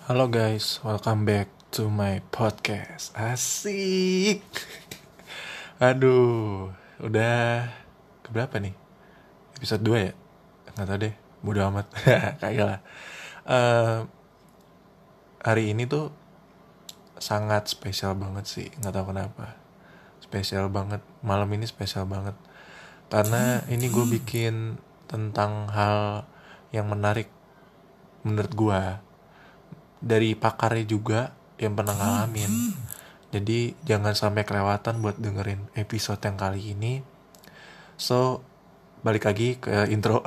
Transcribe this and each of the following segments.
Halo guys, welcome back to my podcast. Asik. Aduh, udah keberapa nih? Episode 2 ya? Nggak tahu deh, bodo amat. Kayak lah. Eh, Hari ini tuh sangat spesial banget sih, nggak tahu kenapa. Spesial banget, malam ini spesial banget. Karena ini gue bikin tentang hal yang menarik menurut gue. Dari pakarnya juga yang pernah ngalamin. Jadi jangan sampai kelewatan buat dengerin episode yang kali ini. So, balik lagi ke intro.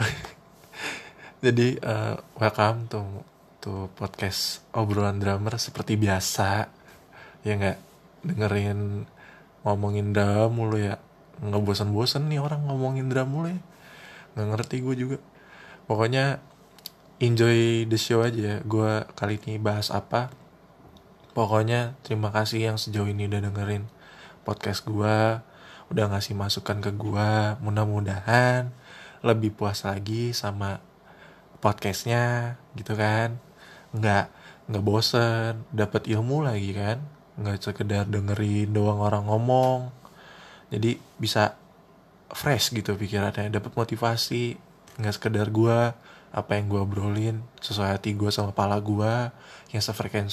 Jadi welcome to podcast obrolan drummer seperti biasa. Ya nggak, dengerin ngomongin drum mulu ya. Nggak bosan-bosan nih orang ngomongin drum mulu ya. Nggak ngerti gue juga. Pokoknya enjoy the show aja. Gue kali ini bahas apa. Pokoknya terima kasih yang sejauh ini udah dengerin podcast gue, udah ngasih masukan ke gue. Mudah-mudahan lebih puas lagi sama podcastnya gitu kan. Nggak bosen, dapat ilmu lagi kan. Nggak sekedar dengerin doang orang ngomong. Jadi bisa fresh gitu pikirannya, dapat motivasi. Nggak sekedar gue apa yang gue obrolin sesuai hati gue sama kepala gue, yang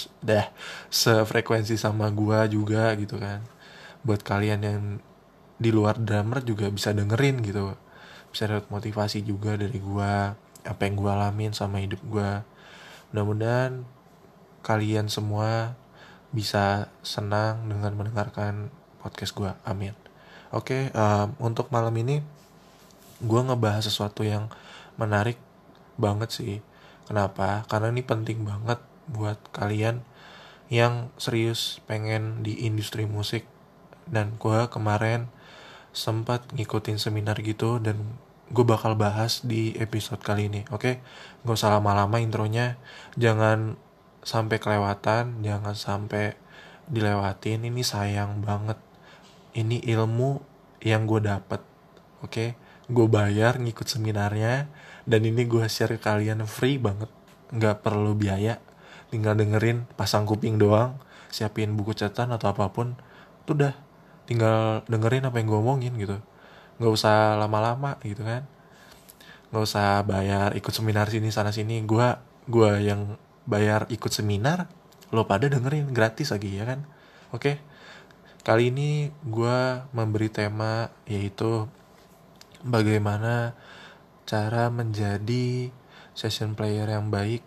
sefrekuensi sama gue juga gitu kan. Buat kalian yang di luar drummer juga bisa dengerin gitu, bisa dapat motivasi juga dari gue, apa yang gue alamin sama hidup gue. Mudah-mudahan kalian semua bisa senang dengan mendengarkan podcast gue, amin. Oke, untuk malam ini gue ngebahas sesuatu yang menarik banget sih. Kenapa? Karena ini penting banget buat kalian yang serius pengen di industri musik. Dan gue kemarin sempat ngikutin seminar gitu, dan gue bakal bahas di episode kali ini. Oke, gak usah lama-lama intronya. Jangan sampai kelewatan, jangan sampai dilewatin. Ini sayang banget. Ini ilmu yang gue dapet. Oke, gue bayar ngikut seminarnya, dan ini gue share ke kalian free banget, nggak perlu biaya. Tinggal dengerin, pasang kuping doang, siapin buku catatan atau apapun, tuh udah tinggal dengerin apa yang gue omongin gitu. Nggak usah lama-lama gitu kan, nggak usah bayar ikut seminar sini sana sini. Gue yang bayar ikut seminar, lo pada dengerin gratis lagi ya kan. Oke, kali ini gue memberi tema yaitu bagaimana cara menjadi session player yang baik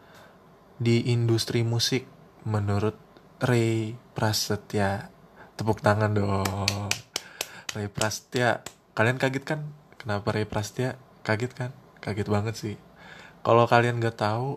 di industri musik menurut Ray Prasetya. Tepuk tangan dong. Ray Prasetya. Kalian kaget kan? Kenapa Ray Prasetya? Kaget kan? Kaget banget sih. Kalau kalian gak tahu,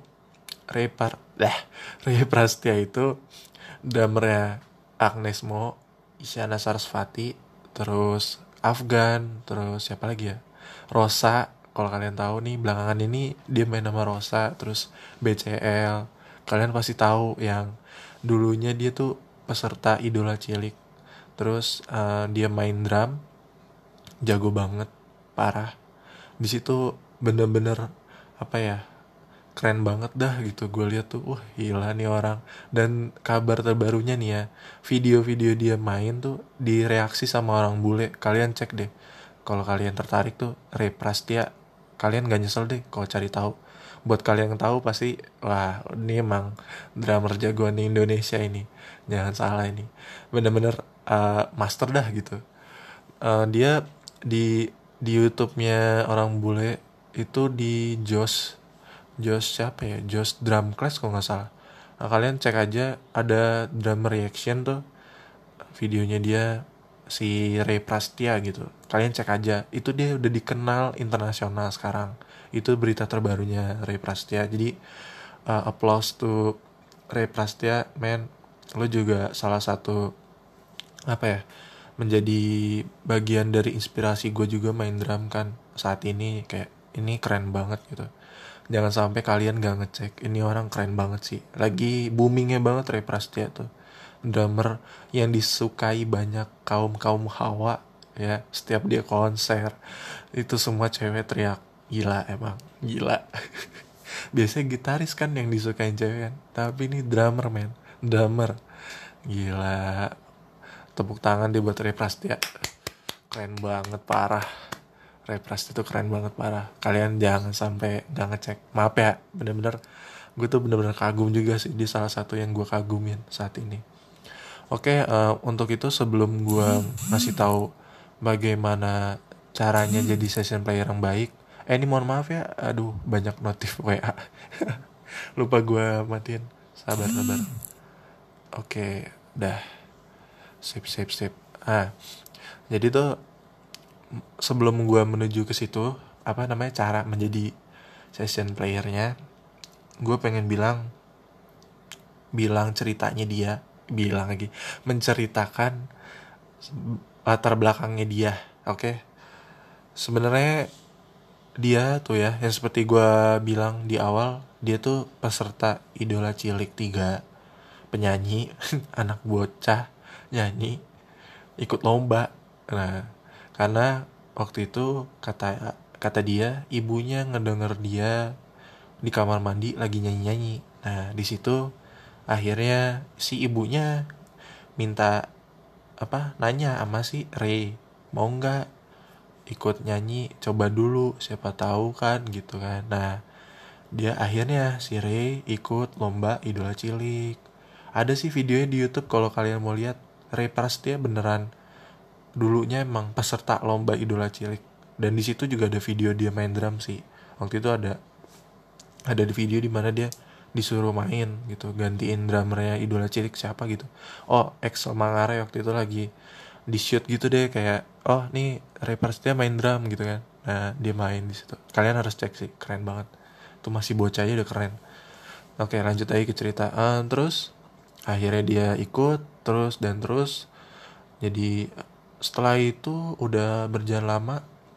Ray Prasetya itu drummernya Agnes Mo, Isyana Sarasvati, terus Afgan, terus siapa lagi ya? Rosa. Kalau kalian tahu nih, belakangan ini dia main nama Rosa, terus BCL. Kalian pasti tahu yang dulunya dia tuh peserta Idola Cilik. Terus dia main drum, jago banget, parah. Di situ bener-bener apa ya? Keren banget dah gitu. Gue lihat tuh, wah gila nih orang. Dan kabar terbarunya nih ya, video-video dia main tuh direaksi sama orang bule. Kalian cek deh, kalau kalian tertarik tuh Ray Prasetya. Kalian gak nyesel deh kalau cari tahu. Buat kalian yang tahu pasti, wah ini emang drummer jagoan di Indonesia ini, jangan salah ini. Bener-bener master dah gitu. Dia di YouTube-nya orang bule itu di Josh siapa ya? Josh Drum Class kalau nggak salah. Nah, kalian cek aja, ada drum reaction tuh, videonya dia si Ray Prasetya gitu. Kalian cek aja, itu dia udah dikenal internasional sekarang. Itu berita terbarunya Ray Prasetya. Jadi applause to Ray Prasetya, man. Lo juga salah satu apa ya, menjadi bagian dari inspirasi gue juga main drum kan saat ini. Kayak ini keren banget gitu. Jangan sampai kalian gak ngecek, ini orang keren banget sih. Lagi boomingnya banget Ray Prasetya tuh, drummer yang disukai banyak kaum hawa ya. Setiap dia konser itu semua cewek teriak, gila emang gila. Biasanya gitaris kan yang disukain cewek kan, tapi ini drummer men, drummer. Gila, tepuk tangan dia buat Ray Prasetya, keren banget parah. Ray Prasetya itu keren banget parah. Kalian jangan sampai nggak ngecek, maaf ya, bener-bener gue tuh bener-bener kagum juga sih, dia salah satu yang gue kagumin saat ini. Oke, untuk itu sebelum gue ngasih tahu bagaimana caranya jadi session player yang baik, ini mohon maaf ya, aduh banyak notif WA. Lupa gue matiin. Sabar, sabar. Oke, dah. Sip. Jadi tuh sebelum gue menuju ke situ, apa namanya cara menjadi session playernya, gue pengen bilang ceritanya dia, bilang lagi, menceritakan latar belakangnya dia. Oke. Sebenarnya dia tuh ya, yang seperti gue bilang di awal, dia tuh peserta Idola Cilik 3, penyanyi, anak bocah, nyanyi, ikut lomba. Nah, karena waktu itu kata dia, ibunya ngedenger dia di kamar mandi lagi nyanyi-nyanyi. Nah, di situ akhirnya si ibunya minta nanya sama si Ray, mau nggak ikut nyanyi, coba dulu, siapa tahu kan gitu kan. Nah, dia akhirnya si Ray ikut lomba Idola Cilik. Ada sih videonya di YouTube kalau kalian mau lihat. Ray Prasetya beneran dulunya emang peserta lomba Idola Cilik, dan di situ juga ada video dia main drum sih. Waktu itu ada di video di mana dia disuruh main gitu, gantiin drummernya Idola Cilik siapa gitu. Oh, Excel Mangare waktu itu lagi di shoot gitu deh, kayak oh nih rappers dia main drum gitu kan. Nah, dia main di situ. Kalian harus cek sih, keren banget. Tuh masih bocah aja udah keren. Oke, lanjut aja ke cerita. Terus akhirnya dia ikut terus. Jadi setelah itu udah berjalan lama,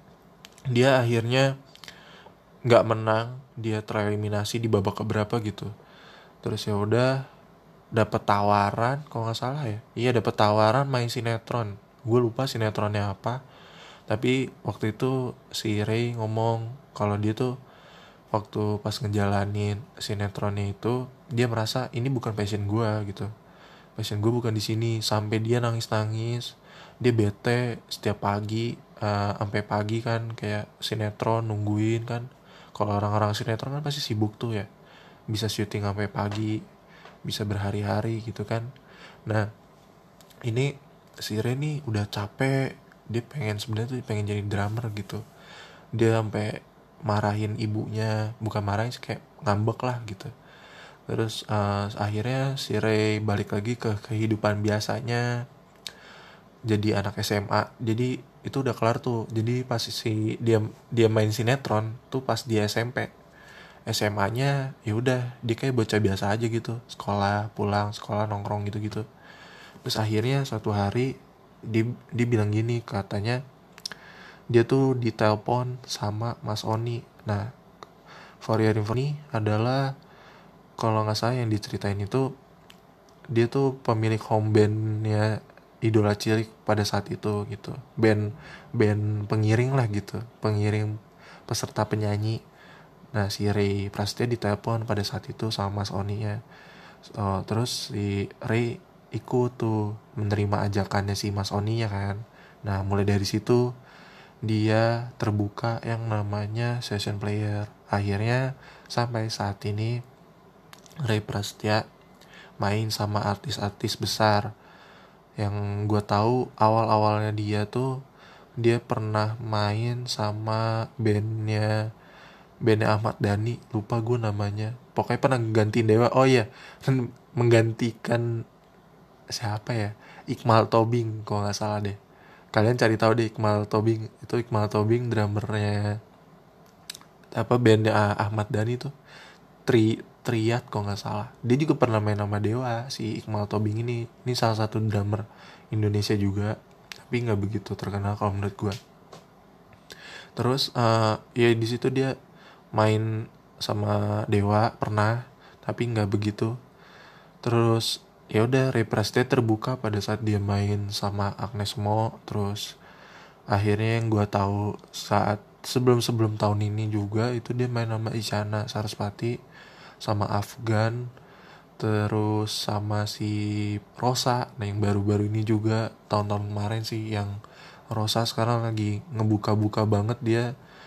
dia akhirnya nggak menang, dia tereliminasi di babak keberapa gitu. Terus ya udah dapat tawaran, kalau nggak salah ya, iya dapat tawaran main sinetron. Gue lupa sinetronnya apa, tapi waktu itu si Ray ngomong kalau dia tuh waktu pas ngejalanin sinetronnya itu, dia merasa ini bukan passion gue gitu, passion gue bukan di sini. Sampai dia nangis, dia bete setiap pagi, sampai pagi kan, kayak sinetron nungguin kan. Kalau orang-orang sinetron kan pasti sibuk tuh ya, bisa syuting sampai pagi, bisa berhari-hari gitu kan. Nah, ini si Ray nih udah capek, dia sebenarnya tuh pengen jadi drummer gitu. Dia sampai marahin ibunya, bukan marahin sih, kayak ngambek lah gitu. Terus akhirnya si Ray balik lagi ke kehidupan biasanya, jadi anak SMA. Jadi itu udah kelar tuh. Jadi pas dia main sinetron tuh pas dia SMP. SMA-nya ya udah dia kayak bocah biasa aja gitu, sekolah pulang sekolah nongkrong gitu. Terus akhirnya suatu hari dia bilang gini, katanya dia tuh ditelepon sama Mas Oni. Nah, for your info ini adalah, kalau nggak salah yang diceritain itu, dia tuh pemilik home bandnya Idola Cilik pada saat itu gitu, band pengiring lah gitu, pengiring peserta penyanyi. Nah, si Ray Prasetya ditelepon pada saat itu sama Mas Oni ya. Terus si Ray ikut tuh menerima ajakannya si Mas Oni ya kan. Nah, mulai dari situ dia terbuka yang namanya session player. Akhirnya sampai saat ini Ray Prasetya main sama artis-artis besar. Yang gue tahu awal-awalnya dia pernah main sama bandnya Ahmad Dhani, lupa gue namanya. Pokoknya pernah gantiin Dewa. Oh iya, menggantikan siapa ya? Iqmal Tobing kalau nggak salah deh. Kalian cari tahu deh Iqmal Tobing. Itu Iqmal Tobing drummernya bandnya Ahmad Dhani tuh. Triat kalau nggak salah. Dia juga pernah main sama Dewa, si Iqmal Tobing ini. Ini salah satu drummer Indonesia juga, tapi nggak begitu terkenal kalau menurut gue. Terus ya di situ dia main sama Dewa pernah, tapi nggak begitu. Terus ya udah, Ray Prasetya terbuka pada saat dia main sama Agnes Mo. Terus akhirnya yang gue tahu saat sebelum tahun ini juga itu dia main sama Isyana Sarasvati, sama Afgan, terus sama si Rosa. Nah yang baru-baru ini juga tahun-tahun kemarin sih, yang Rosa sekarang lagi ngebuka-buka banget dia.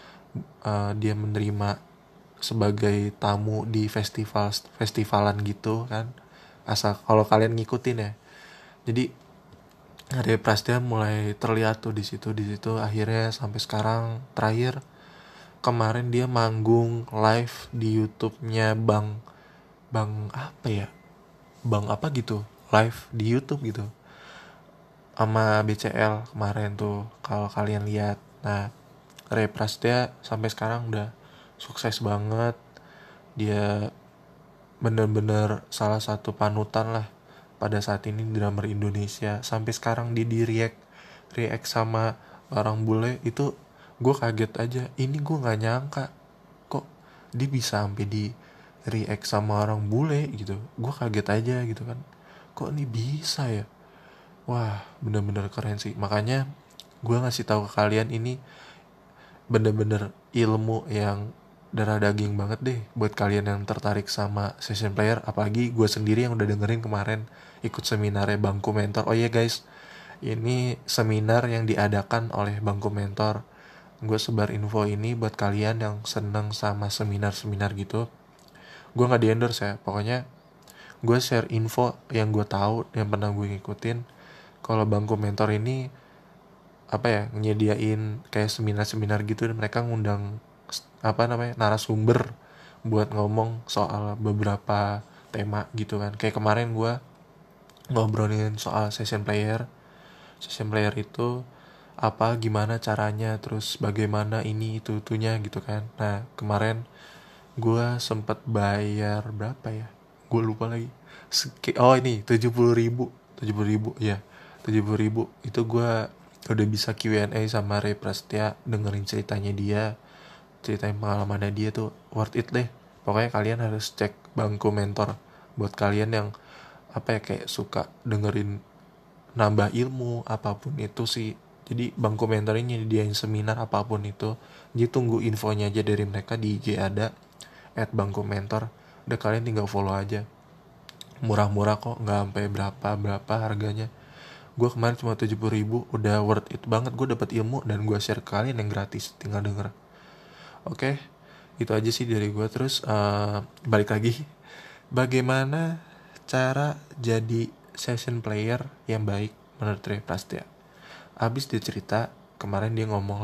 Dia menerima sebagai tamu di festivalan gitu kan, asal kalau kalian ngikutin ya. Jadi Ray Prasetya mulai terlihat tuh di situ akhirnya sampai sekarang. Terakhir kemarin dia manggung live di YouTube-nya Bang Bang apa ya, Bang apa gitu, live di YouTube gitu sama BCL kemarin tuh, kalau kalian lihat. Nah Ray Prasetya sampai sekarang udah sukses banget. Dia bener-bener salah satu panutan lah pada saat ini drummer Indonesia. Sampai sekarang dia di react sama orang bule itu, gue kaget aja. Ini gue nggak nyangka kok dia bisa sampai di react sama orang bule gitu. Gue kaget aja gitu kan, kok ini bisa ya. Wah bener-bener keren sih. Makanya gue ngasih tahu ke kalian, ini bener-bener ilmu yang darah daging banget deh buat kalian yang tertarik sama session player. Apalagi gue sendiri yang udah dengerin kemarin ikut seminarnya Bangku Mentor. Oh iya guys, ini seminar yang diadakan oleh Bangku Mentor. Gue sebar info ini buat kalian yang seneng sama seminar-seminar gitu. Gue nggak di endorse ya, pokoknya gue share info yang gue tahu, yang pernah gue ngikutin. Kalau Bangku Mentor ini apa ya, nyediain kayak seminar-seminar gitu, dan mereka ngundang narasumber buat ngomong soal beberapa tema gitu kan. Kayak kemarin gue ngobrolin soal session player itu apa, gimana caranya, terus bagaimana ini itu itunya gitu kan. Nah kemarin gue sempet bayar berapa ya, gue lupa lagi. Oh ini 70.000 ya, 70.000 itu gue udah bisa Q&A sama Ray Prasetya, dengerin ceritanya dia, ceritain pengalamannya dia. Tuh worth it deh. Pokoknya kalian harus cek Bangku Mentor buat kalian yang apa ya, kayak suka dengerin nambah ilmu apapun itu sih. Jadi Bangku Mentor ini nyediain seminar apapun itu. Jadi tunggu infonya aja dari mereka, di IG ada @bangkumentor. Udah kalian tinggal follow aja. Murah-murah kok, nggak sampai berapa harganya. Gue kemarin cuma 70.000, udah worth it banget. Gue dapat ilmu dan gue share ke kalian yang gratis, tinggal denger. Oke, itu aja sih dari gue. Terus balik lagi, bagaimana cara jadi session player yang baik menurut Ray Prasetya. Abis dia cerita, kemarin dia ngomong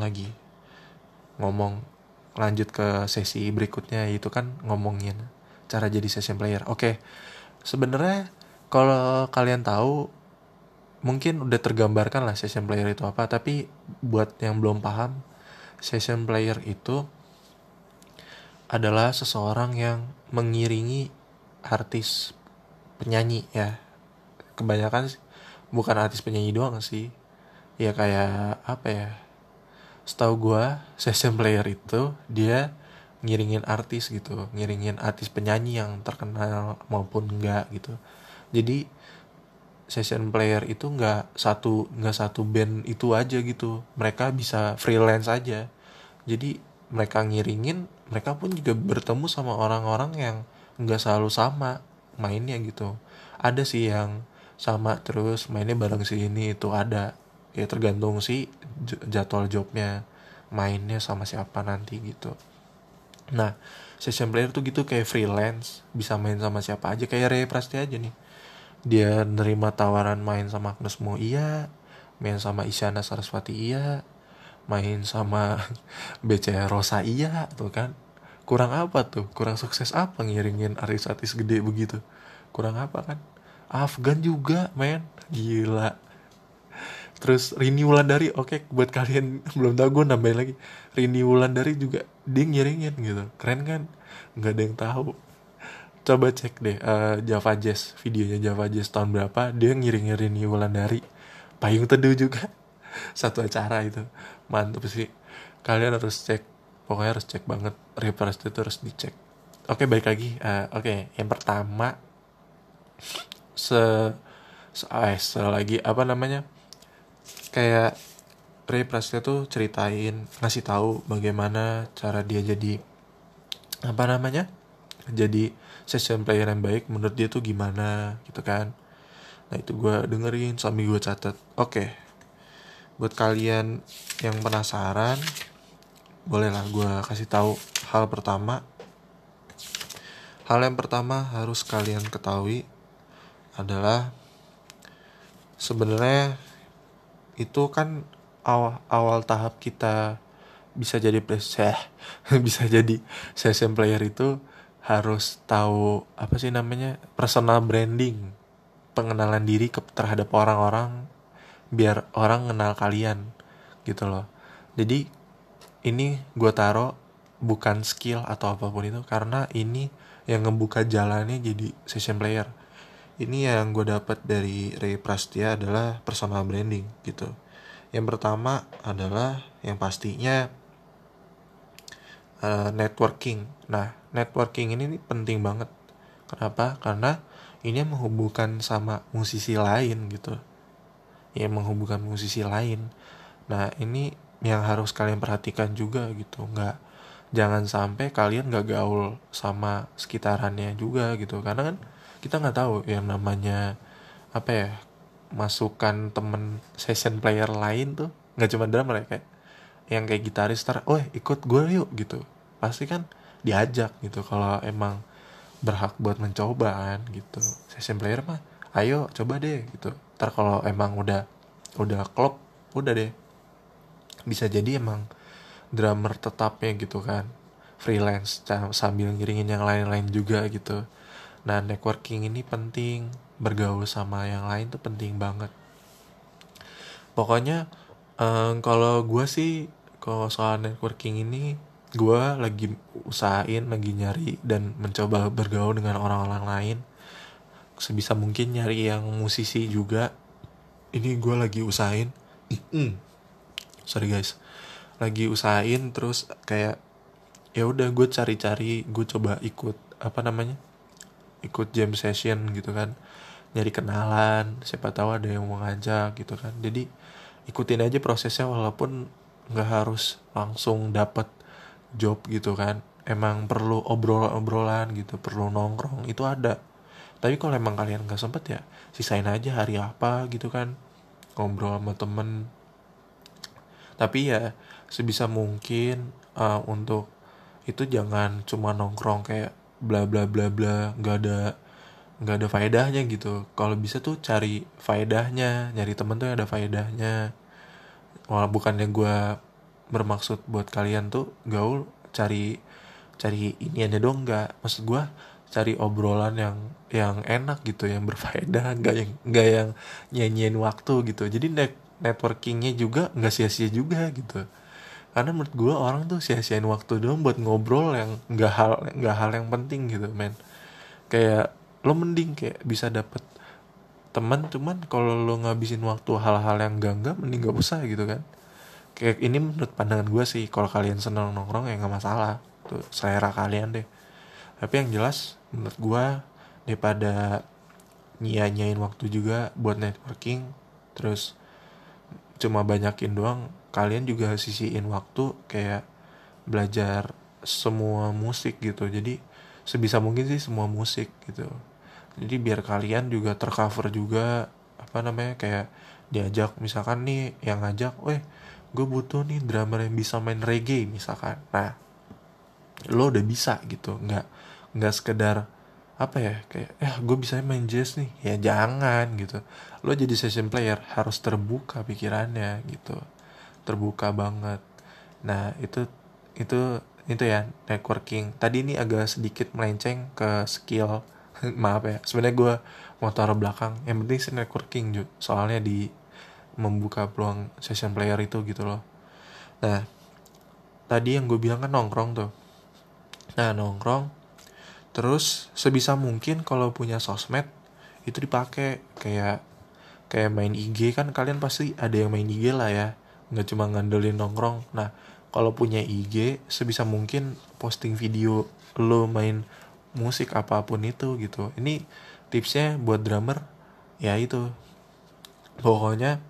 lanjut ke sesi berikutnya, itu kan ngomongin cara jadi session player. Oke, sebenarnya kalau kalian tahu mungkin udah tergambarkan lah session player itu apa. Tapi buat yang belum paham, session player itu adalah seseorang yang mengiringi artis penyanyi ya. Kebanyakan bukan artis penyanyi doang sih. Ya kayak apa ya, setahu gue session player itu dia ngiringin artis gitu, ngiringin artis penyanyi yang terkenal maupun enggak gitu. Jadi session player itu nggak satu band itu aja gitu, mereka bisa freelance aja. Jadi mereka ngiringin, mereka pun juga bertemu sama orang-orang yang nggak selalu sama mainnya gitu. Ada sih yang sama terus mainnya bareng si ini, itu ada. Ya tergantung sih jadwal jobnya, mainnya sama siapa nanti gitu. Nah session player tuh gitu kayak freelance, bisa main sama siapa aja. Kayak Ray Prasetya aja nih, dia nerima tawaran main sama Agnes Mo iya, main sama Isyana Sarasvati iya, main sama BC Rosa iya tuh kan. Kurang apa tuh, kurang sukses apa ngiringin artis-artis gede begitu, kurang apa kan. Afgan juga men, gila. Terus Rini Wulandari, oke, buat kalian belum tahu gue nambahin lagi, Rini Wulandari juga dia ngiringin gitu, keren kan. Nggak ada yang tahu, coba cek deh Java Jazz, videonya Java Jazz tahun berapa dia ngiringin Rini Wulandari. Payung Teduh juga satu acara itu, mantep sih. Kalian harus cek, pokoknya harus cek banget. Reverse itu harus dicek. Oke, balik lagi. Oke, yang pertama lagi apa namanya, kayak Ray Prasetyo tuh ceritain, ngasih tahu bagaimana cara dia jadi apa namanya, jadi session player yang baik menurut dia tuh gimana gitu kan. Nah itu gue dengerin sambil gue catat. Oke, buat kalian yang penasaran, bolehlah gue kasih tahu hal pertama. Hal yang pertama harus kalian ketahui adalah sebenarnya itu kan awal tahap kita bisa jadi bisa jadi session player itu harus tahu apa sih namanya, personal branding, pengenalan diri terhadap orang-orang biar orang kenal kalian gitu loh. Jadi ini gue taruh bukan skill atau apapun itu, karena ini yang ngebuka jalannya jadi session player. Ini yang gue dapat dari Ray Prasetyo adalah personal branding gitu. Yang pertama adalah yang pastinya networking. Nah, networking ini penting banget. Kenapa? Karena ini menghubungkan sama musisi lain gitu. Ya, menghubungkan musisi lain. Nah, ini yang harus kalian perhatikan juga gitu. Jangan sampai kalian gak gaul sama sekitarannya juga gitu. Karena kan kita nggak tahu yang namanya apa ya, masukan temen session player lain tuh nggak cuma drummer ya, kayak yang kayak gitaris ikut gue yuk gitu, pasti kan diajak gitu kalau emang berhak buat mencoba kan gitu. Session player mah ayo coba deh gitu, ntar kalau emang udah klop udah deh, bisa jadi emang drummer tetapnya gitu kan, freelance sambil ngiringin yang lain-lain juga gitu. Nah networking ini penting, bergaul sama yang lain tuh penting banget. Pokoknya kalau gue sih, kalau soal networking ini gue lagi usahain, lagi nyari dan mencoba bergaul dengan orang-orang lain. Sebisa mungkin nyari yang musisi juga. Ini gue lagi usahain. Sorry guys. Lagi usahain terus kayak ya udah gue cari-cari, gue coba ikut apa namanya? Ikut jam session gitu kan. Nyari kenalan, siapa tahu ada yang mau ngajak gitu kan. Jadi ikutin aja prosesnya, walaupun nggak harus langsung dapet job gitu kan. Emang perlu obrolan gitu, perlu nongkrong itu ada. Tapi kalau emang kalian nggak sempet ya sisain aja hari apa gitu kan, ngobrol sama temen. Tapi ya sebisa mungkin untuk itu jangan cuma nongkrong kayak bla bla bla bla, nggak ada faedahnya gitu. Kalau bisa tuh cari faedahnya, nyari temen tuh yang ada faedahnya. Wah, bukannya gue bermaksud buat kalian tuh gaul cari ini aja dong, nggak, maksud gue cari obrolan yang enak gitu, yang berfaedah, nggak yang nyanyiin waktu gitu. Jadi networkingnya juga nggak sia-sia juga gitu. Karena menurut gue orang tuh sia-siain waktu doang buat ngobrol yang nggak hal yang penting gitu men. Kayak lo mending kayak bisa dapet teman, cuman kalau lo ngabisin waktu hal-hal yang enggak mending gak usah gitu kan. Kayak ini menurut pandangan gue sih, kalau kalian seneng nongkrong ya nggak masalah, tuh selera kalian deh. Tapi yang jelas menurut gue, daripada nyanyain waktu juga buat networking terus cuma banyakin doang, kalian juga sisiin waktu kayak belajar semua musik gitu. Jadi sebisa mungkin sih semua musik gitu. Jadi biar kalian juga tercover juga, apa namanya, kayak diajak misalkan nih yang ngajak, gue butuh nih drummer yang bisa main reggae misalkan. Nah lo udah bisa gitu, nggak sekedar apa ya, kayak gue bisa main jazz nih, ya jangan gitu. Lo jadi session player harus terbuka pikirannya gitu, terbuka banget. Nah itu ya networking. Tadi ini agak sedikit melenceng ke skill maaf ya, sebenarnya gue mau taruh belakang. Yang penting sih networking juga, soalnya di membuka peluang session player itu gitu loh. Nah tadi yang gue bilang kan nongkrong tuh. Nah nongkrong terus sebisa mungkin kalau punya sosmed itu dipakai, kayak main IG kan, kalian pasti ada yang main IG lah ya, nggak cuma ngandelin nongkrong. Nah kalau punya IG sebisa mungkin posting video lo main musik apapun itu gitu. Ini tipsnya buat drummer ya, itu pokoknya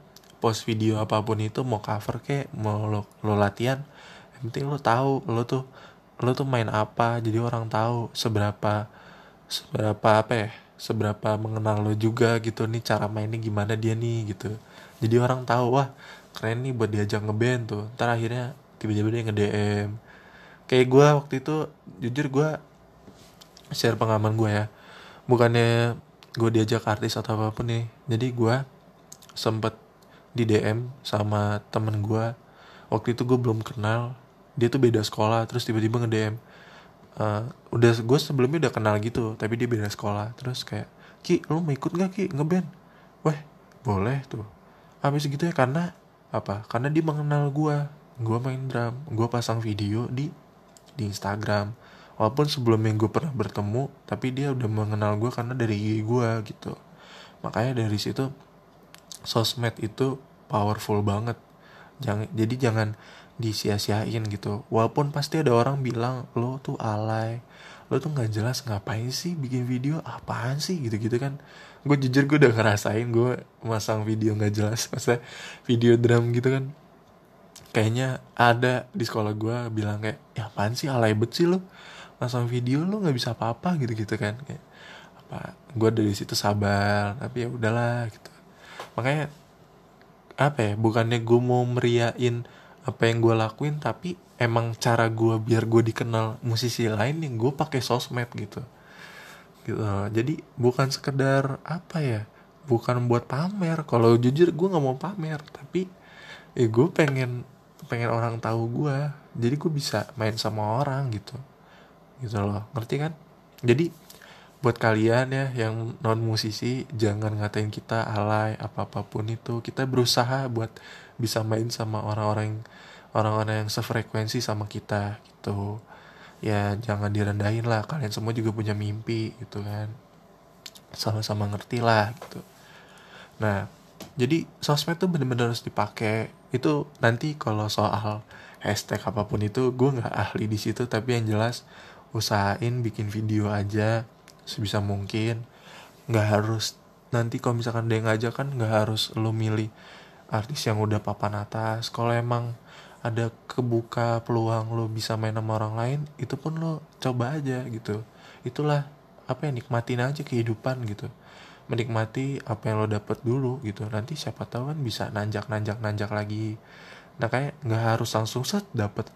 post video apapun itu, mau cover kayak mau lo latihan, yang penting lo tahu lo tuh main apa, jadi orang tahu seberapa seberapa apa ya seberapa mengenal lo juga gitu, nih cara mainnya gimana dia nih gitu. Jadi orang tahu, wah keren nih buat diajak ngeband tuh. Ntar akhirnya tiba-tiba dia nge-DM. Kayak gue waktu itu, jujur gue share pengalaman gue ya, bukannya gue diajak artis atau apapun nih. Jadi gue sempet di DM sama temen gue. Waktu itu gue belum kenal, dia tuh beda sekolah, terus tiba-tiba nge-DM. Udah gue sebelumnya udah kenal gitu, tapi dia beda sekolah. Terus kayak, Ki lu mau ikut gak Ki ngeband? Weh boleh tuh. Habis gitu ya, karena apa, karena dia mengenal gue main drum, gue pasang video di Instagram. Walaupun sebelumnya gue pernah bertemu, tapi dia udah mengenal gue karena dari IG gue gitu. Makanya dari situ, sosmed itu powerful banget. Jangan disia-siain gitu. Walaupun pasti ada orang bilang lo tuh alay, lo tuh nggak jelas, ngapain sih bikin video, apaan sih gitu-gitu kan. Gue jujur gue udah ngerasain gue masang video nggak jelas, maksudnya video drum gitu kan. Kayaknya ada di sekolah gue bilang kayak, ya apaan sih, alay bet sih lo masang video, lo nggak bisa apa-apa gitu-gitu kan. Kayak apa, gue dari situ sabar, tapi ya udahlah gitu. Makanya apa ya, bukannya gue mau meriain apa yang gue lakuin, tapi emang cara gue biar gue dikenal musisi lain yang gue pakai sosmed gitu. Jadi bukan sekedar apa ya, bukan buat pamer. Kalau jujur gue nggak mau pamer, tapi gue pengen orang tahu gue, jadi gue bisa main sama orang gitu loh, ngerti kan? Jadi buat kalian ya yang non musisi, jangan ngatain kita alay apapun itu. Kita berusaha buat bisa main sama orang-orang yang sefrekuensi sama kita gitu. Ya jangan direndahin lah, kalian semua juga punya mimpi gitu kan. Sama-sama ngerti lah gitu. Nah, jadi sosmed tuh bener-bener harus dipakai. Itu nanti kalau soal hashtag apapun itu gue nggak ahli di situ, tapi yang jelas usahain bikin video aja sebisa mungkin. Nggak harus, nanti kalau misalkan dia ngajak kan nggak harus lo milih artis yang udah papan atas. Kalau emang ada kebuka peluang lo bisa main sama orang lain, itu pun lo coba aja gitu. Itulah apa ya, nikmatin aja kehidupan gitu, menikmati apa yang lo dapet dulu gitu. Nanti siapa tahu kan bisa nanjak lagi. Nah kayak nggak harus langsung set dapet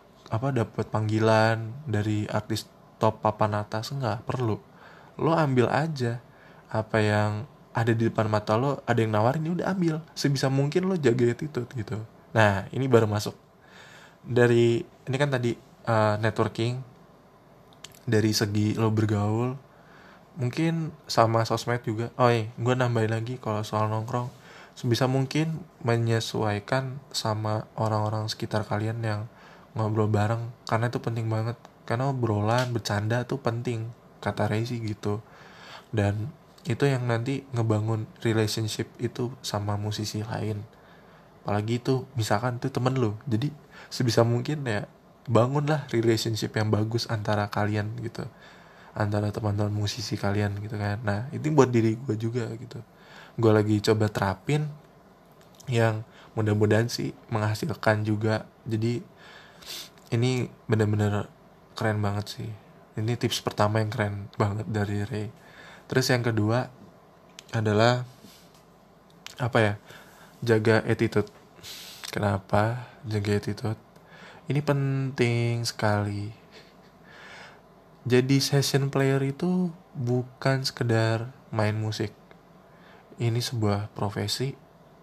panggilan dari artis top papan atas, nggak perlu. Lo ambil aja apa yang ada di depan mata lo. Ada yang nawarin, ya udah ambil. Sebisa mungkin lo jaga attitude gitu. Nah ini baru masuk dari ini kan tadi networking, dari segi lo bergaul, mungkin sama sosmed juga. Oh iya, gue nambahin lagi kalau soal nongkrong, sebisa mungkin menyesuaikan sama orang-orang sekitar kalian yang ngobrol bareng, karena itu penting banget. Karena obrolan bercanda tuh penting, kata Rezi gitu. Dan itu yang nanti ngebangun relationship itu sama musisi lain. Apalagi itu misalkan itu temen lo, jadi sebisa mungkin ya bangunlah relationship yang bagus antara kalian gitu, antara teman-teman musisi kalian gitu kan. Nah itu buat diri gue juga gitu, gue lagi coba terapin, yang mudah-mudahan sih menghasilkan juga. Jadi ini bener-bener keren banget sih. Ini tips pertama yang keren banget dari Ray. Terus yang kedua adalah apa ya, jaga attitude. Kenapa jaga attitude? Ini penting sekali. Jadi session player itu bukan sekedar main musik. Ini sebuah profesi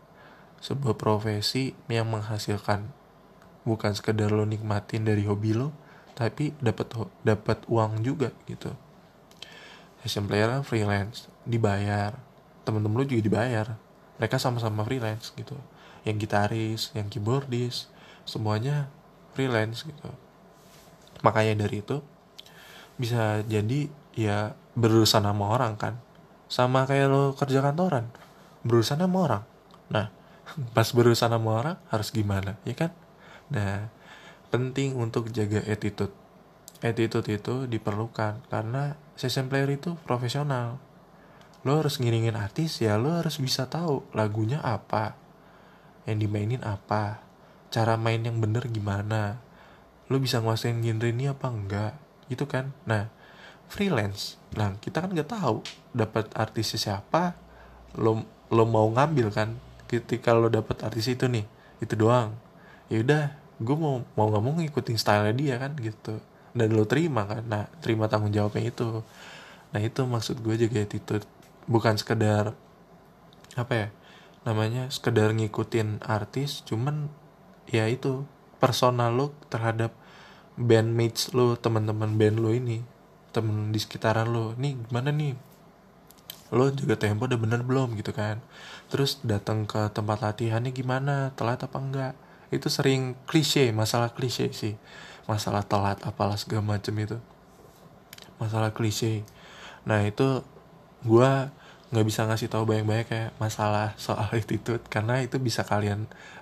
yang menghasilkan. Bukan sekedar lo nikmatin dari hobi lo, tapi dapat uang juga gitu. Session player kan freelance, dibayar. Temen-temen lo juga dibayar. Mereka sama-sama freelance gitu. Yang gitaris, yang keyboardis, semuanya freelance gitu. Makanya dari itu bisa jadi ya berurusan sama orang kan, sama kayak lo kerja kantoran, berurusan sama orang. Nah pas berurusan sama orang harus gimana ya kan. Nah penting untuk jaga attitude itu diperlukan, karena session player itu profesional. Lo harus ngiringin artis, ya lo harus bisa tahu lagunya apa, yang dimainin apa, cara main yang bener gimana, lo bisa nguasain genre ini apa enggak gitu kan. Nah freelance, nah kita kan nggak tahu dapat artisnya siapa, lo mau ngambil kan. Ketika lo dapat artis itu nih, itu doang, ya udah, gue mau nggak mau ngikutin style dia kan gitu, dan lo terima kan. Nah terima tanggung jawabnya itu. Nah itu maksud gue jaga attitude, bukan sekedar apa ya namanya, sekedar ngikutin artis, cuman ya itu personal lo terhadap bandmates lo, teman-teman band lo ini, temen di sekitaran lo nih gimana nih, lo juga tempo udah bener belum gitu kan. Terus datang ke tempat latihannya gimana, telat apa enggak. Itu sering klise, masalah klise sih, masalah telat apalah segala macem itu masalah klise. Nah itu gue nggak bisa ngasih tahu banyak-banyak kayak masalah soal attitude, karena itu bisa kalian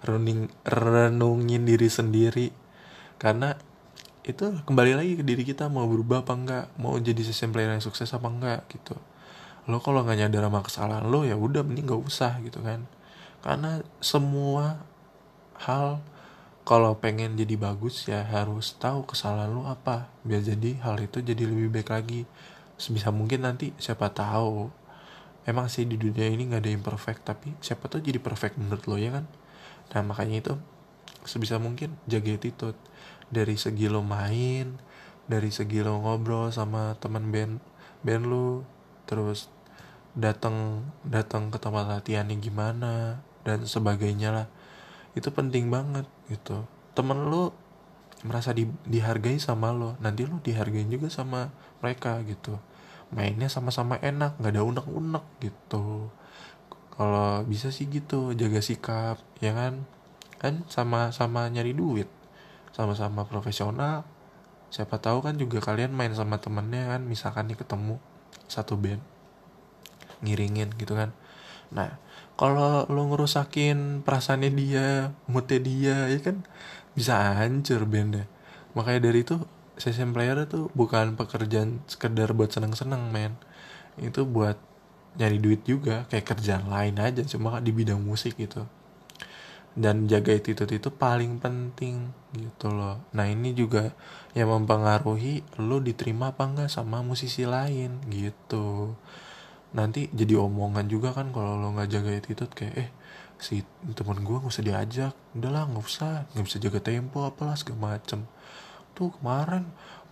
renungin diri sendiri. Karena itu kembali lagi ke diri kita, mau berubah apa enggak, mau jadi season player yang sukses apa enggak gitu. Lo kalau nggak nyadar sama kesalahan lo, ya udah mending nggak usah gitu kan. Karena semua hal, kalau pengen jadi bagus ya harus tahu kesalahan lo apa, biar jadi hal itu jadi lebih baik lagi. Sebisa mungkin nanti siapa tahu, emang sih di dunia ini nggak ada yang perfect, tapi siapa tahu jadi perfect menurut lo ya kan. Nah makanya itu sebisa mungkin jaga attitude, dari segi lo main, dari segi lo ngobrol sama teman band lo, terus datang datang ke tempat latihannya gimana dan sebagainya lah. Itu penting banget gitu. Temen lo merasa dihargai sama lo, nanti lo dihargain juga sama mereka gitu. Mainnya sama-sama enak, nggak ada unek-unek gitu. Kalau bisa sih gitu, jaga sikap ya kan. Kan sama-sama nyari duit, sama-sama profesional. Siapa tahu kan juga kalian main sama temennya kan, misalkan nih ketemu satu band ngiringin gitu kan. Nah kalau lo ngerusakin perasaannya dia, moodnya dia, ya kan bisa hancur bandnya. Makanya dari itu session player itu bukan pekerjaan sekedar buat seneng-seneng men, itu buat nyari duit juga kayak kerjaan lain aja, cuma di bidang musik gitu. Dan jaga attitude itu paling penting gitu loh. Nah ini juga yang mempengaruhi lo diterima apa enggak sama musisi lain gitu. Nanti jadi omongan juga kan kalau lo nggak jaga attitude, kayak si teman gue nggak usah diajak, udahlah nggak bisa jaga tempo apalah segala macem. Tuh kemarin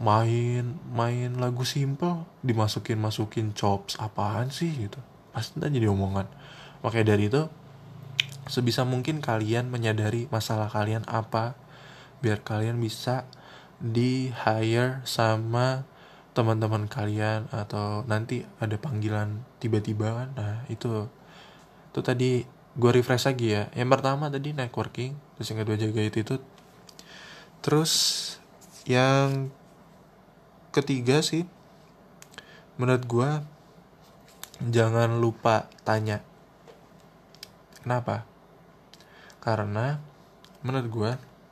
main lagu simple masukin chops, apaan sih gitu, pasti ntar jadi omongan. Makanya dari itu sebisa mungkin kalian menyadari masalah kalian apa, biar kalian bisa di hire sama teman-teman kalian, atau nanti ada panggilan tiba-tiba kan. Nah itu tadi gue refresh lagi ya. Yang pertama tadi networking, terus yang kedua jaga attitude, terus yang ketiga sih menurut gue jangan lupa tanya. Kenapa? Karena menurut gue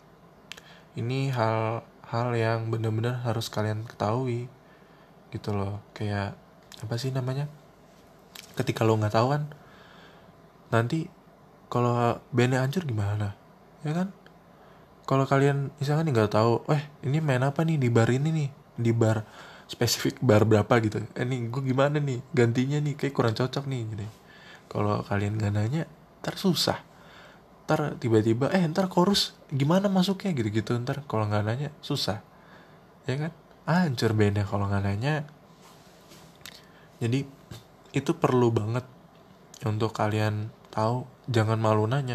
ini hal yang benar-benar harus kalian ketahui gitu loh. Kayak apa sih namanya, ketika lo nggak tahu kan, nanti kalau bandnya hancur gimana ya kan. Kalau kalian misalkan nggak tahu, ini main apa nih di bar ini nih, di bar spesifik bar berapa gitu, nih gue gimana nih gantinya nih, kayak kurang cocok nih gitu. Kalau kalian nggak nanya, ntar susah. Ntar tiba-tiba ntar chorus gimana masuknya gitu-gitu, ntar kalau nggak nanya susah ya kan, hancur bandnya kalau nggak nanya. Jadi itu perlu banget untuk kalian tahu, jangan malu nanya.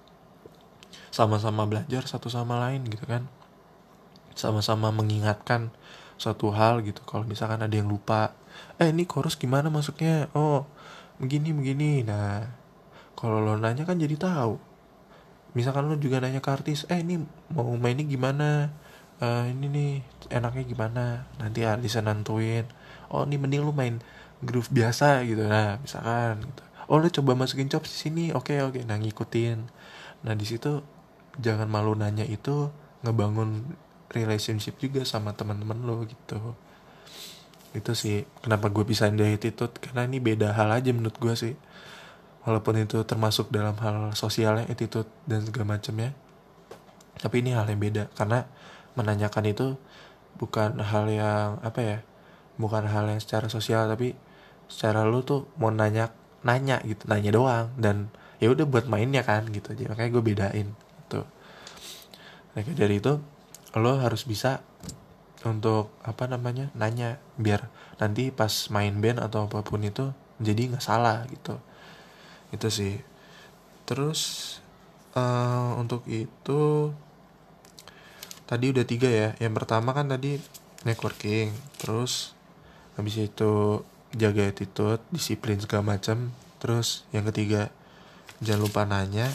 Sama-sama belajar satu sama lain gitu kan, sama-sama mengingatkan suatu hal gitu. Kalau misalkan ada yang lupa, ini chorus gimana masuknya, begini. Nah kalau lo nanya kan jadi tahu. Misalkan lo juga nanya ke artis, ini mau mainnya gimana, ini nih enaknya gimana, nanti artisnya nentuin, ini mending lo main groove biasa gitu. Nah misalkan gitu, lo coba masukin chops di sini, oke, nah ngikutin. Nah di situ jangan malu nanya, itu ngebangun relationship juga sama teman-teman lo gitu. Itu sih kenapa gue pisahin dari attitude, karena ini beda hal aja menurut gue sih. walaupun itu termasuk dalam hal sosialnya, attitude dan segala macamnya. Tapi ini hal yang beda, karena menanyakan itu bukan hal yang apa ya, bukan hal yang secara sosial, tapi secara lu tuh mau nanya gitu, nanya doang, dan ya udah buat mainnya kan gitu aja. Makanya gue bedain gitu. Nah, dari itu lo harus bisa untuk apa namanya, nanya, biar nanti pas main band atau apapun itu jadi nggak salah gitu. Itu sih. Terus untuk itu tadi udah 3 ya. Yang pertama kan tadi networking, terus habis itu jaga attitude, disiplin segala macam. Terus yang ketiga jangan lupa nanya.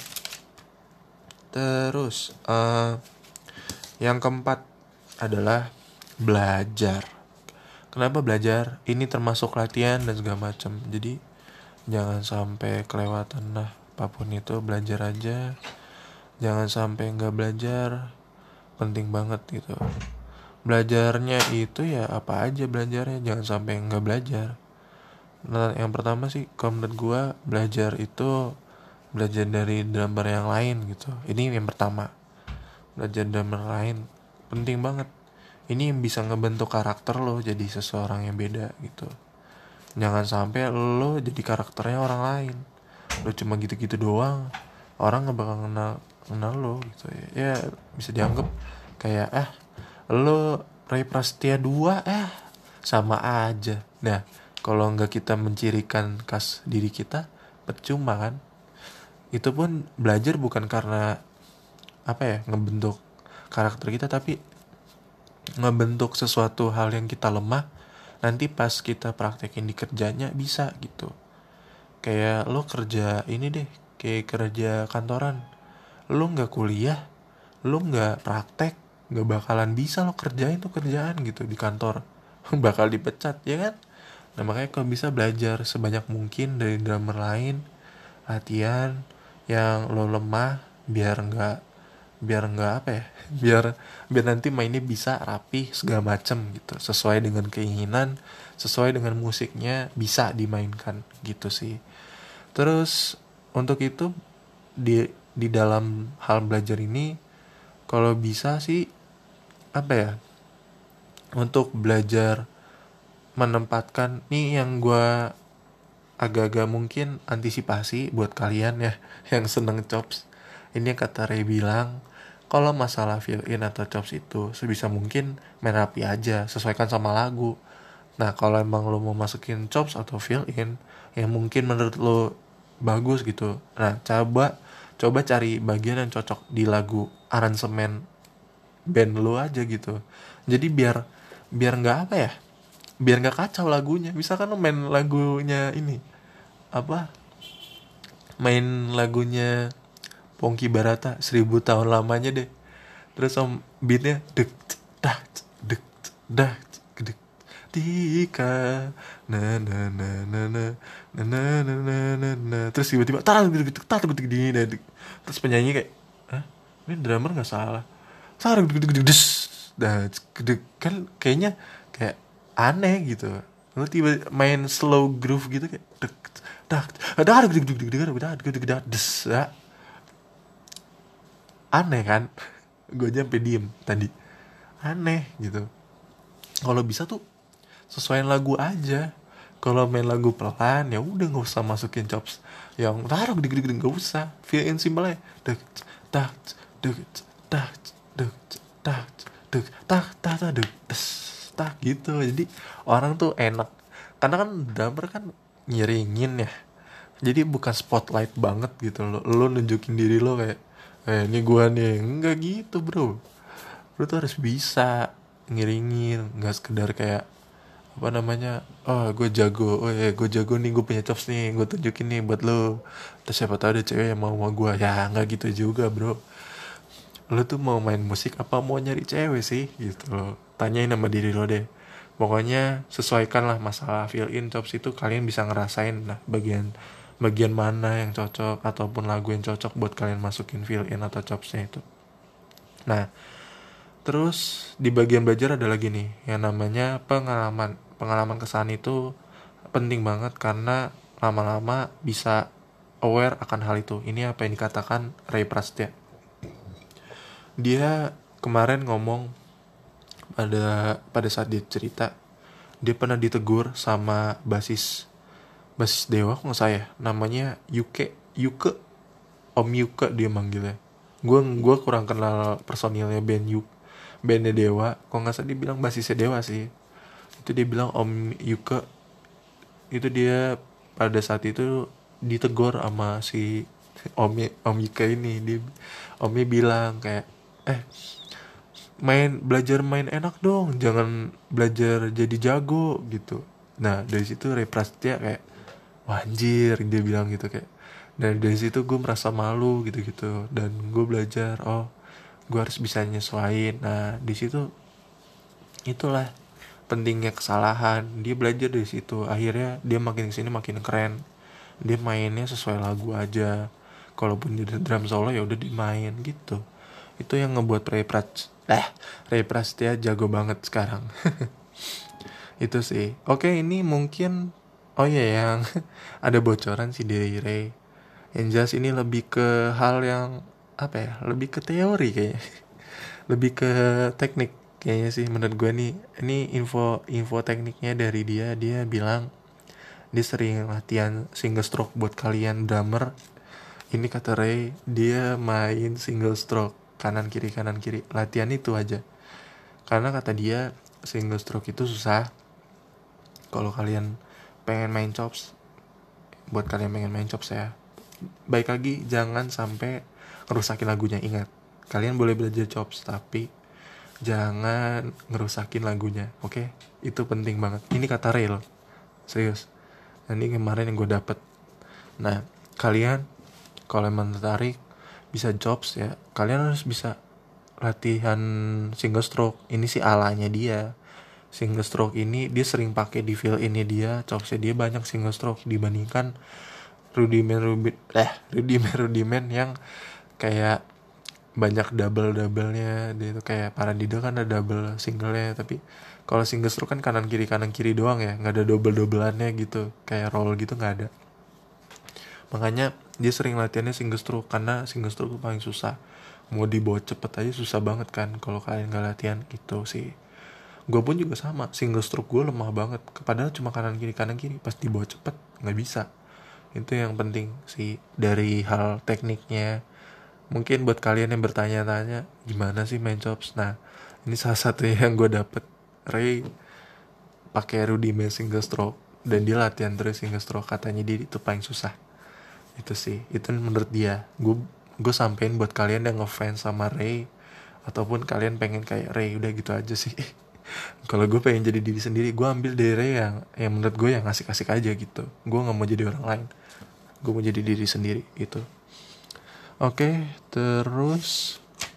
Terus yang keempat adalah belajar. Kenapa belajar? Ini termasuk latihan dan segala macam. Jadi jangan sampai kelewatan lah, apapun itu belajar aja. Jangan sampai nggak belajar, penting banget gitu. Belajarnya itu ya apa aja belajarnya, jangan sampai nggak belajar. Nah, yang pertama sih kalau menurut gue, belajar itu belajar dari drummer yang lain gitu. Ini yang pertama, belajar drummer lain penting banget. Ini yang bisa ngebentuk karakter lo jadi seseorang yang beda gitu. Jangan sampai lo jadi karakternya orang lain, lo cuma gitu-gitu doang, orang gak bakal kenal lo gitu ya. Ya bisa dianggap kayak lo Ray Prasetya 2 sama aja. Nah, kalau nggak kita mencirikan khas diri kita, percuma kan. Itu pun belajar bukan karena apa ya, ngebentuk karakter kita, tapi ngebentuk sesuatu hal yang kita lemah, nanti pas kita praktekin di kerjanya bisa gitu. Kayak lo kerja ini deh, kayak kerja kantoran, lo nggak kuliah, lo nggak praktek, nggak bakalan bisa lo kerjain tuh kerjaan gitu di kantor. Bakal dipecat ya kan. Nah, makanya kalau bisa belajar sebanyak mungkin dari drummer lain, latihan yang lo lemah, biar nggak apa ya, biar nanti mainnya bisa rapi segala macem gitu, sesuai dengan keinginan, sesuai dengan musiknya, bisa dimainkan gitu sih. Terus untuk itu di dalam hal belajar ini, kalau bisa sih apa ya, untuk belajar menempatkan nih, yang gue agak-agak mungkin antisipasi buat kalian ya yang seneng chops. Ini yang kata Ray bilang, kalau masalah fill in atau chops itu sebisa mungkin main rapi aja, sesuaikan sama lagu. Nah, kalau emang lo mau masukin chops atau fill in yang mungkin menurut lo bagus gitu, nah coba cari bagian yang cocok di lagu aransemen band lo aja gitu. Jadi biar nggak apa ya, biar nggak kacau lagunya. Misalkan lo main lagunya ini apa, main lagunya Pongki Barata 1000 tahun lamanya deh, terus beatnya dek dah dek dah dek tika na na na na na na na na na na, terus tiba-tiba terus penyanyi kayak, ini drummer nggak salah, kan kayaknya kayak aneh gitu. Lu tiba main slow groove gitu kayak aneh kan. Gue aja sampai diem tadi, aneh gitu. Kalau bisa tuh sesuaiin lagu aja. Kalau main lagu pelan ya udah nggak usah masukin chops yang taruh gede-gede, nggak usah. Feel in simple aja, dek tak dek tak dek tak dek tak tak dek tak gitu. Jadi orang tuh enak, karena kan drummer kan nyiringin ya, jadi bukan spotlight banget gitu. Lo nunjukin diri lo kayak ini gua nih, enggak gitu bro. Lo tuh harus bisa ngiringin, nggak sekedar kayak apa namanya, gue jago, gue jago nih, gue punya chops nih, gue tunjukin nih buat lo, terus siapa tahu ada cewek yang mau sama gue. Ya nggak gitu juga bro. Lo tuh mau main musik apa mau nyari cewek sih gitu lo, tanyain sama diri lo deh. Pokoknya sesuaikan lah masalah fill in chops itu, kalian bisa ngerasain lah bagian mana yang cocok ataupun lagu yang cocok buat kalian masukin fill in atau chopsnya itu. Nah, terus di bagian belajar ada lagi nih yang namanya pengalaman kesan. Itu penting banget karena lama-lama bisa aware akan hal itu. Ini apa yang dikatakan Ray Prasetya. Dia kemarin ngomong pada saat dia cerita, dia pernah ditegur sama basis Dewa nggak saya, namanya Yuke Om Yuke dia manggilnya. Gue kurang kenal personilnya bandnya Dewa. Kok nggak salah dia bilang basisnya Dewa sih. Itu dia bilang Om Yuke itu dia pada saat itu ditegur sama si Om Yuke ini. Omnya bilang kayak belajar main enak dong, jangan belajar jadi jago gitu. Nah dari situ Ray Prasetya kayak wah anjir, dia bilang gitu kayak. Dan dari situ gue merasa malu gitu-gitu, dan gue belajar gue harus bisa nyesuaiin. Nah di situ itulah pentingnya kesalahan. Dia belajar dari situ, akhirnya dia makin kesini makin keren. Dia mainnya sesuai lagu aja, kalaupun dia drum solo ya udah dimain gitu. Itu yang ngebuat Ray Prasetya jago banget sekarang. Itu sih. Oke, ini mungkin yang ada bocoran sih dari Ray. Yang jelas ini lebih ke hal yang lebih ke teori kayaknya. Lebih ke teknik kayaknya sih menurut gue nih. Ini info tekniknya dari dia. Dia bilang dia sering latihan single stroke. Buat kalian drummer, ini kata Ray, dia main single stroke kanan kiri. Latihan itu aja. Karena kata dia single stroke itu susah. Kalau kalian pengen main chops, buat kalian pengen main chops ya, baik lagi jangan sampai ngerusakin lagunya. Ingat, kalian boleh belajar chops tapi jangan ngerusakin lagunya, oke? Itu penting banget. Ini kata Ray loh, serius. Nah, ini kemarin yang gue dapet. Nah kalian kalau emang tertarik bisa chops ya, kalian harus bisa latihan single stroke. Ini sih alanya dia. Single stroke ini dia sering pakai di fill ini dia, chopsnya dia banyak single stroke dibandingkan rudiment yang kayak banyak double-nya. Dia itu kayak paradiddle kan ada double singlenya, tapi kalau single stroke kan kanan kiri doang ya, nggak ada double-doubleannya gitu, kayak roll gitu nggak ada. Makanya dia sering latihannya single stroke, karena single stroke paling susah. Mau dibawa cepet aja susah banget kan kalau kalian nggak latihan. Itu sih. Gue pun juga sama, single stroke gue lemah banget, padahal cuma kanan kiri, pas dibawa cepet nggak bisa. Itu yang penting sih dari hal tekniknya. Mungkin buat kalian yang bertanya-tanya gimana sih main chops, nah ini salah satu yang gue dapet. Ray pakai rudiment single stroke dan dia latihan terus single stroke, katanya dia itu paling susah. Itu sih, itu menurut dia. Gue sampein buat kalian yang ngefans sama Ray, ataupun kalian pengen kayak Ray, udah gitu aja sih. Kalau gue pengen jadi diri sendiri, gue ambil dari Ray yang menurut gue yang asik-asik aja gitu. Gue nggak mau jadi orang lain, gue mau jadi diri sendiri itu. Oke, terus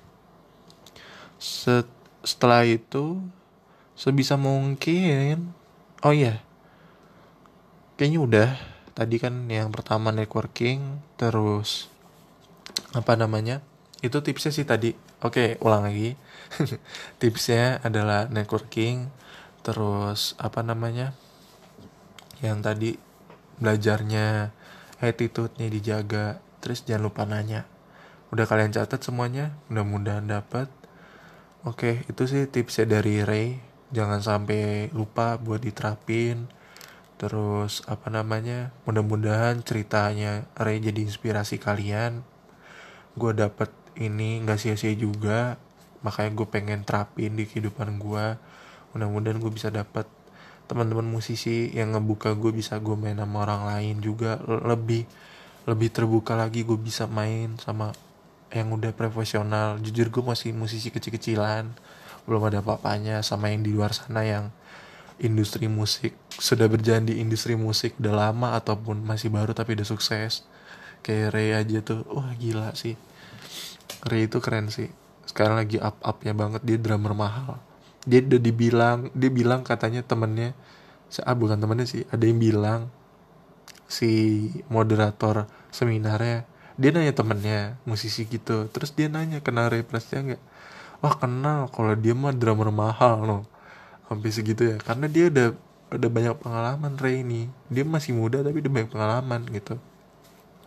setelah itu sebisa mungkin kayaknya udah. Tadi kan yang pertama networking, terus itu tipsnya sih tadi. Oke, ulang lagi. Tipsnya adalah networking, terus yang tadi belajarnya attitude-nya dijaga, terus jangan lupa nanya. Udah kalian catat semuanya, mudah-mudahan dapat. Oke, itu sih tipsnya dari Ray. Jangan sampai lupa buat diterapin. Terus mudah-mudahan ceritanya Ray jadi inspirasi kalian. Gue dapet ini nggak sia-sia juga, makanya gue pengen terapin di kehidupan gue. Mudah-mudahan gue bisa dapet teman-teman musisi yang ngebuka gue, bisa gue main sama orang lain juga, lebih terbuka lagi. Gue bisa main sama yang udah profesional. Jujur gue masih musisi kecil-kecilan, belum ada apa-apanya sama yang di luar sana yang industri musik, sudah berjalan di industri musik udah lama ataupun masih baru tapi udah sukses. Kayak Ray aja tuh, wah gila sih. Ray itu keren sih. Sekarang lagi up-upnya banget, dia drummer mahal. Dia bilang katanya temennya, bukan temennya sih, ada yang bilang si moderator seminarnya, dia nanya temennya musisi gitu, terus dia nanya kenal Ray Prasetya nggak? Wah kenal, kalau dia mah drummer mahal loh, sampai segitu ya, karena dia udah banyak pengalaman. Ray ini dia masih muda tapi udah banyak pengalaman gitu.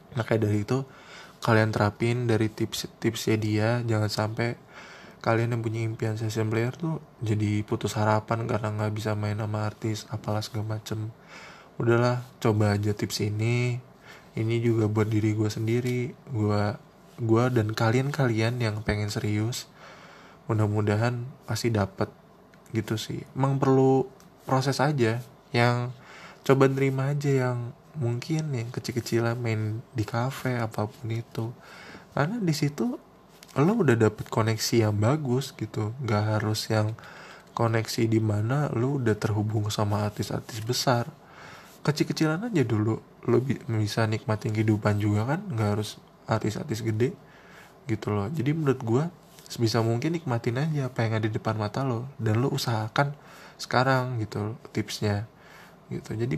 Makanya dari itu kalian terapin dari tips-tipsnya dia. Jangan sampai kalian yang punya impian session player tuh jadi putus harapan karena nggak bisa main sama artis apalah segala macem. Udahlah, coba aja tips ini juga buat diri gue sendiri, gue dan kalian yang pengen serius, mudah-mudahan pasti dapet gitu sih. Emang perlu proses aja, yang coba nerima aja yang mungkin yang kecil-kecilan main di kafe apapun itu, karena di situ lo udah dapet koneksi yang bagus gitu. Nggak harus yang koneksi di mana lo udah terhubung sama artis-artis besar. Kecil-kecilan aja dulu lo bisa nikmatin kehidupan juga kan, nggak harus artis-artis gede gitu loh. Jadi menurut gue sebisa mungkin nikmatin aja apa yang ada di depan mata lo, dan lo usahakan sekarang gitu tipsnya gitu. Jadi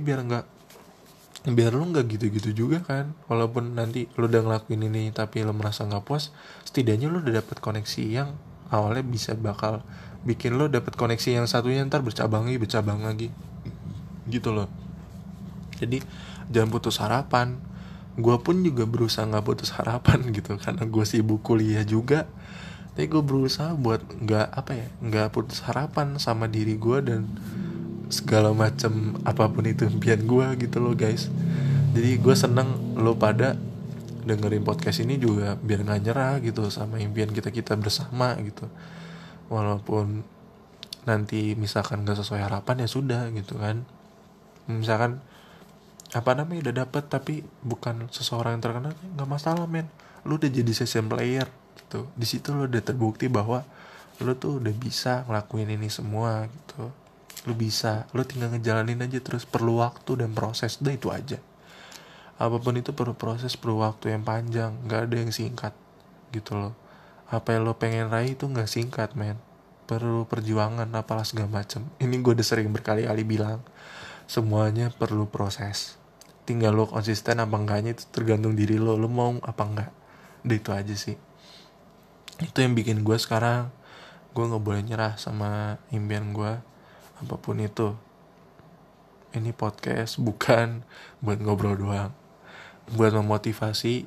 biar lo nggak gitu-gitu juga kan, walaupun nanti lo udah ngelakuin ini tapi lo merasa nggak puas, setidaknya lo udah dapet koneksi yang awalnya bisa bakal bikin lo dapet koneksi yang satunya ntar bercabang lagi gitu loh. Jadi jangan putus harapan. Gue pun juga berusaha nggak putus harapan gitu, karena gue sibuk kuliah juga. Tapi gue berusaha buat nggak putus harapan sama diri gue dan segala macam apapun itu impian gue gitu loh guys. Jadi gue seneng lo pada dengerin podcast ini juga biar nggak nyerah gitu sama impian kita bersama gitu. Walaupun nanti misalkan gak sesuai harapan, ya sudah gitu kan. Misalkan udah dapet tapi bukan seseorang yang terkenal, nggak masalah men. Lu udah jadi session player gitu. Di situ lu udah terbukti bahwa lu tuh udah bisa ngelakuin ini semua gitu. Lu bisa, lu tinggal ngejalanin aja terus. Perlu waktu dan proses, udah itu aja. Apapun itu perlu proses, perlu waktu yang panjang, nggak ada yang singkat gitu loh. Apa yang lo pengen raih itu nggak singkat men, perlu perjuangan apalah segala macem. Ini gue udah sering berkali-kali bilang, semuanya perlu proses. Tinggal lo konsisten apa enggaknya itu tergantung diri lo mau apa enggak. Udah itu aja sih. Itu yang bikin gue sekarang, gue gak boleh nyerah sama impian gue apapun itu. Ini podcast bukan buat ngobrol doang, buat memotivasi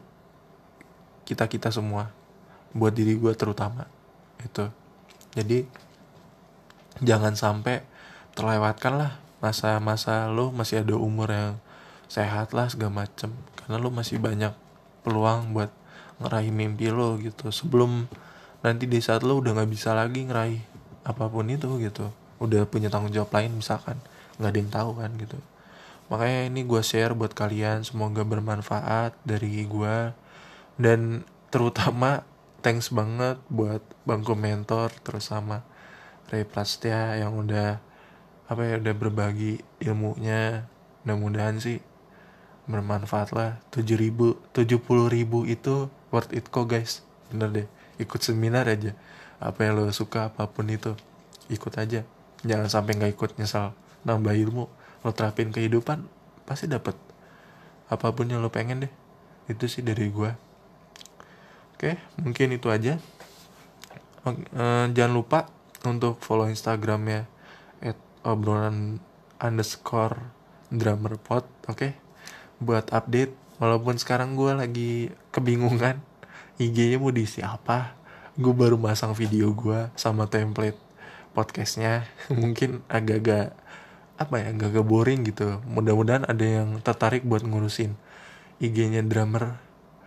kita semua, buat diri gue terutama itu. Jadi jangan sampai terlewatkan lah masa-masa lo masih ada umur yang sehat lah segala macem, karena lo masih banyak peluang buat ngeraih mimpi lo gitu, sebelum nanti di saat lo udah nggak bisa lagi ngeraih apapun itu gitu, udah punya tanggung jawab lain misalkan, nggak ada yang tahu kan gitu. Makanya ini gue share buat kalian, semoga bermanfaat dari gue. Dan terutama thanks banget buat Bangku Mentor terus sama Ray Prastia yang udah udah berbagi ilmunya. Mudah-mudahan sih bermanfaat lah. 70.000 itu worth it kok guys, bener deh. Ikut seminar aja, apa yang lo suka apapun itu ikut aja, jangan sampai nggak ikut nyesal. Nambah ilmu, lo terapin kehidupan, pasti dapet apapun yang lo pengen deh. Itu sih dari gue. Oke, mungkin itu aja. Jangan lupa untuk follow Instagramnya @obrolan_drummerpod. Oke, buat update. Walaupun sekarang gue lagi kebingungan IG-nya mau diisi apa. Gue baru masang video gue sama template podcastnya. Mungkin agak-agak agak boring gitu. Mudah-mudahan ada yang tertarik buat ngurusin IG-nya drummer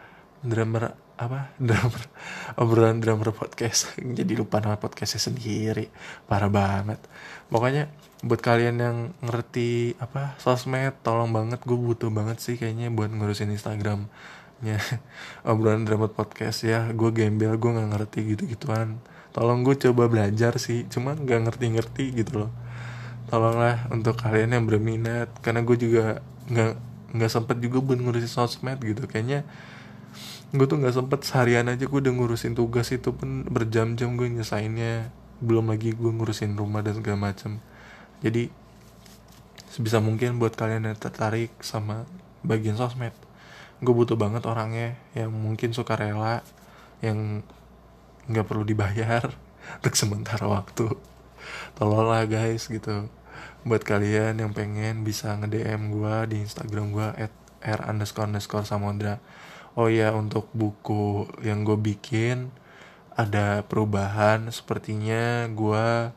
obrolan drummer podcast. Jadi lupa nama podcastnya sendiri, parah banget. Pokoknya buat kalian yang ngerti sosmed, tolong banget, gue butuh banget sih kayaknya buat ngurusin Instagramnya obrolan drummer podcast ya. Gue gembel, gue nggak ngerti gitu-gituan. Tolong gue coba belajar sih, cuman nggak ngerti gitu loh. Tolonglah untuk kalian yang berminat, karena gue juga nggak sempet juga buat ngurusin sosmed gitu. Kayaknya gue tuh nggak sempet, seharian aja gue udah ngurusin tugas, itu pun berjam-jam gue nyesainnya, belum lagi gue ngurusin rumah dan segala macam. Jadi sebisa mungkin buat kalian yang tertarik sama bagian sosmed, gue butuh banget orangnya yang mungkin suka rela, yang nggak perlu dibayar untuk sementara waktu. Tolonglah guys gitu. Buat kalian yang pengen bisa nge-DM gue di Instagram gue @r__samodra. Oh ya, untuk buku yang gue bikin ada perubahan. Sepertinya gue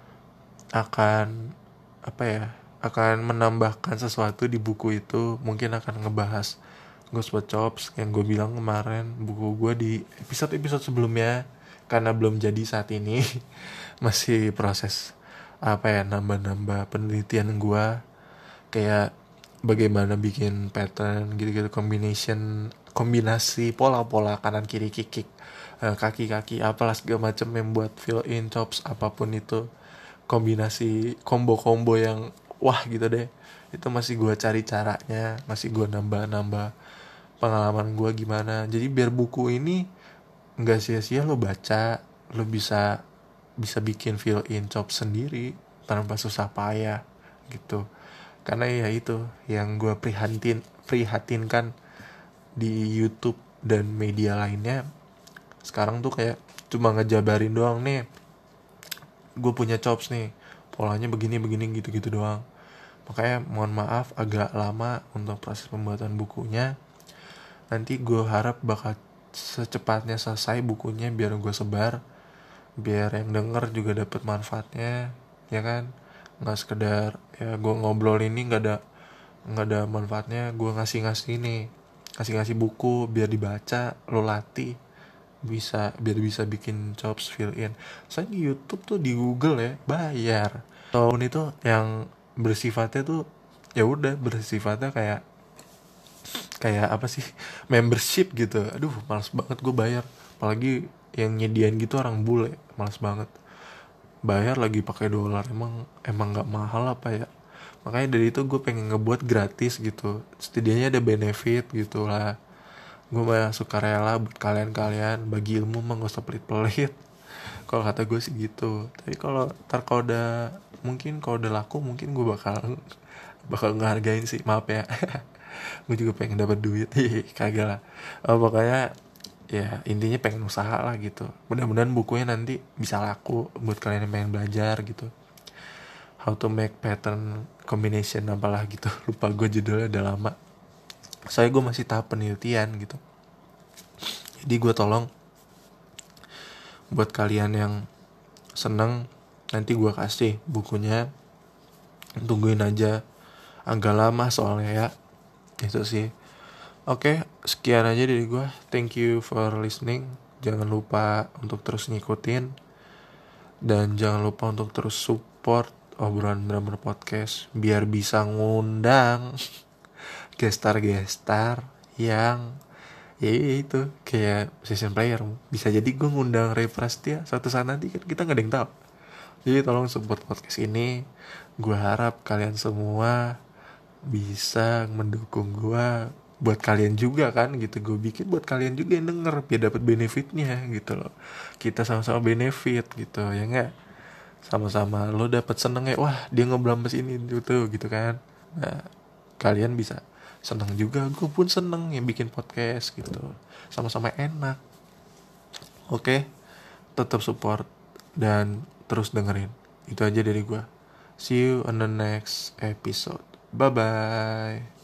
akan apa ya, akan menambahkan sesuatu di buku itu. Mungkin akan ngebahas Ghost Chops yang gue bilang kemarin, buku gue di episode sebelumnya. Karena belum jadi saat ini masih proses apa ya, nambah penelitian gue, kayak bagaimana bikin pattern gitu-gitu, kombinasi pola-pola kanan kiri kick, kaki-kaki apalah segala macam yang buat fill in chops apapun itu, kombinasi combo-combo yang wah gitu deh. Itu masih gue cari caranya, masih gue nambah pengalaman gue gimana. Jadi biar buku ini nggak sia-sia lo baca, lo bisa bisa bikin fill in chop sendiri tanpa susah payah gitu. Karena ya itu yang gue prihatinkan di YouTube dan media lainnya sekarang tuh, kayak cuma ngejabarin doang nih, gue punya chops nih, polanya begini gitu doang. Makanya mohon maaf agak lama untuk proses pembuatan bukunya. Nanti gue harap bakal secepatnya selesai bukunya, biar gue sebar, biar yang denger juga dapat manfaatnya, ya kan. Nggak sekedar ya gue ngobrol ini nggak ada manfaatnya. Gue ngasih buku biar dibaca, lo latih, biar bisa bikin chops fill in. Soalnya di YouTube tuh, di Google ya bayar. Tahun itu yang bersifatnya tuh ya udah, bersifatnya kayak apa sih, membership gitu. Aduh, males banget gue bayar. Apalagi yang nyediain gitu orang bule, males banget bayar lagi pakai dolar. Emang nggak mahal apa ya. Makanya dari itu gue pengen ngebuat gratis gitu, setidaknya ada benefit gitu lah. Gue mah suka rela buat kalian, bagi ilmu mah gak usah pelit-pelit. Kalau kata gue sih gitu. Tapi kalau kalau udah laku, mungkin gue bakal ngehargain sih, maaf ya. Gue juga pengen dapat duit. Kagak lah. Pokoknya ya intinya pengen usaha lah gitu. Mudah-mudahan bukunya nanti bisa laku buat kalian yang pengen belajar gitu, how to make pattern combination apalah gitu. Lupa gue judulnya, udah lama. Saya gue masih tahap penelitian gitu. Jadi gue tolong buat kalian yang seneng, nanti gue kasih bukunya, tungguin aja, agak lama soalnya ya. Itu sih. Oke, sekian aja dari gue. Thank you for listening. Jangan lupa untuk terus ngikutin, dan jangan lupa untuk terus support obrolan drummer podcast, biar bisa ngundang gestar yang ya itu kayak session player. Bisa jadi gue ngundang Ray Prastia suatu saat nanti, kan kita nggak ada yang tahu. Jadi tolong support podcast ini. Gue harap kalian semua bisa mendukung gue, buat kalian juga kan gitu. Gue bikin buat kalian juga yang denger, biar dapat benefitnya gitu loh. Kita sama-sama benefit gitu ya nggak. Sama-sama lo dapat seneng ya, wah dia ngobrol sama ini gitu kan. Nah, kalian bisa seneng juga, gue pun seneng yang bikin podcast gitu, sama-sama enak. Oke, tetap support dan terus dengerin. Itu aja dari gue. See you on the next episode. Bye bye.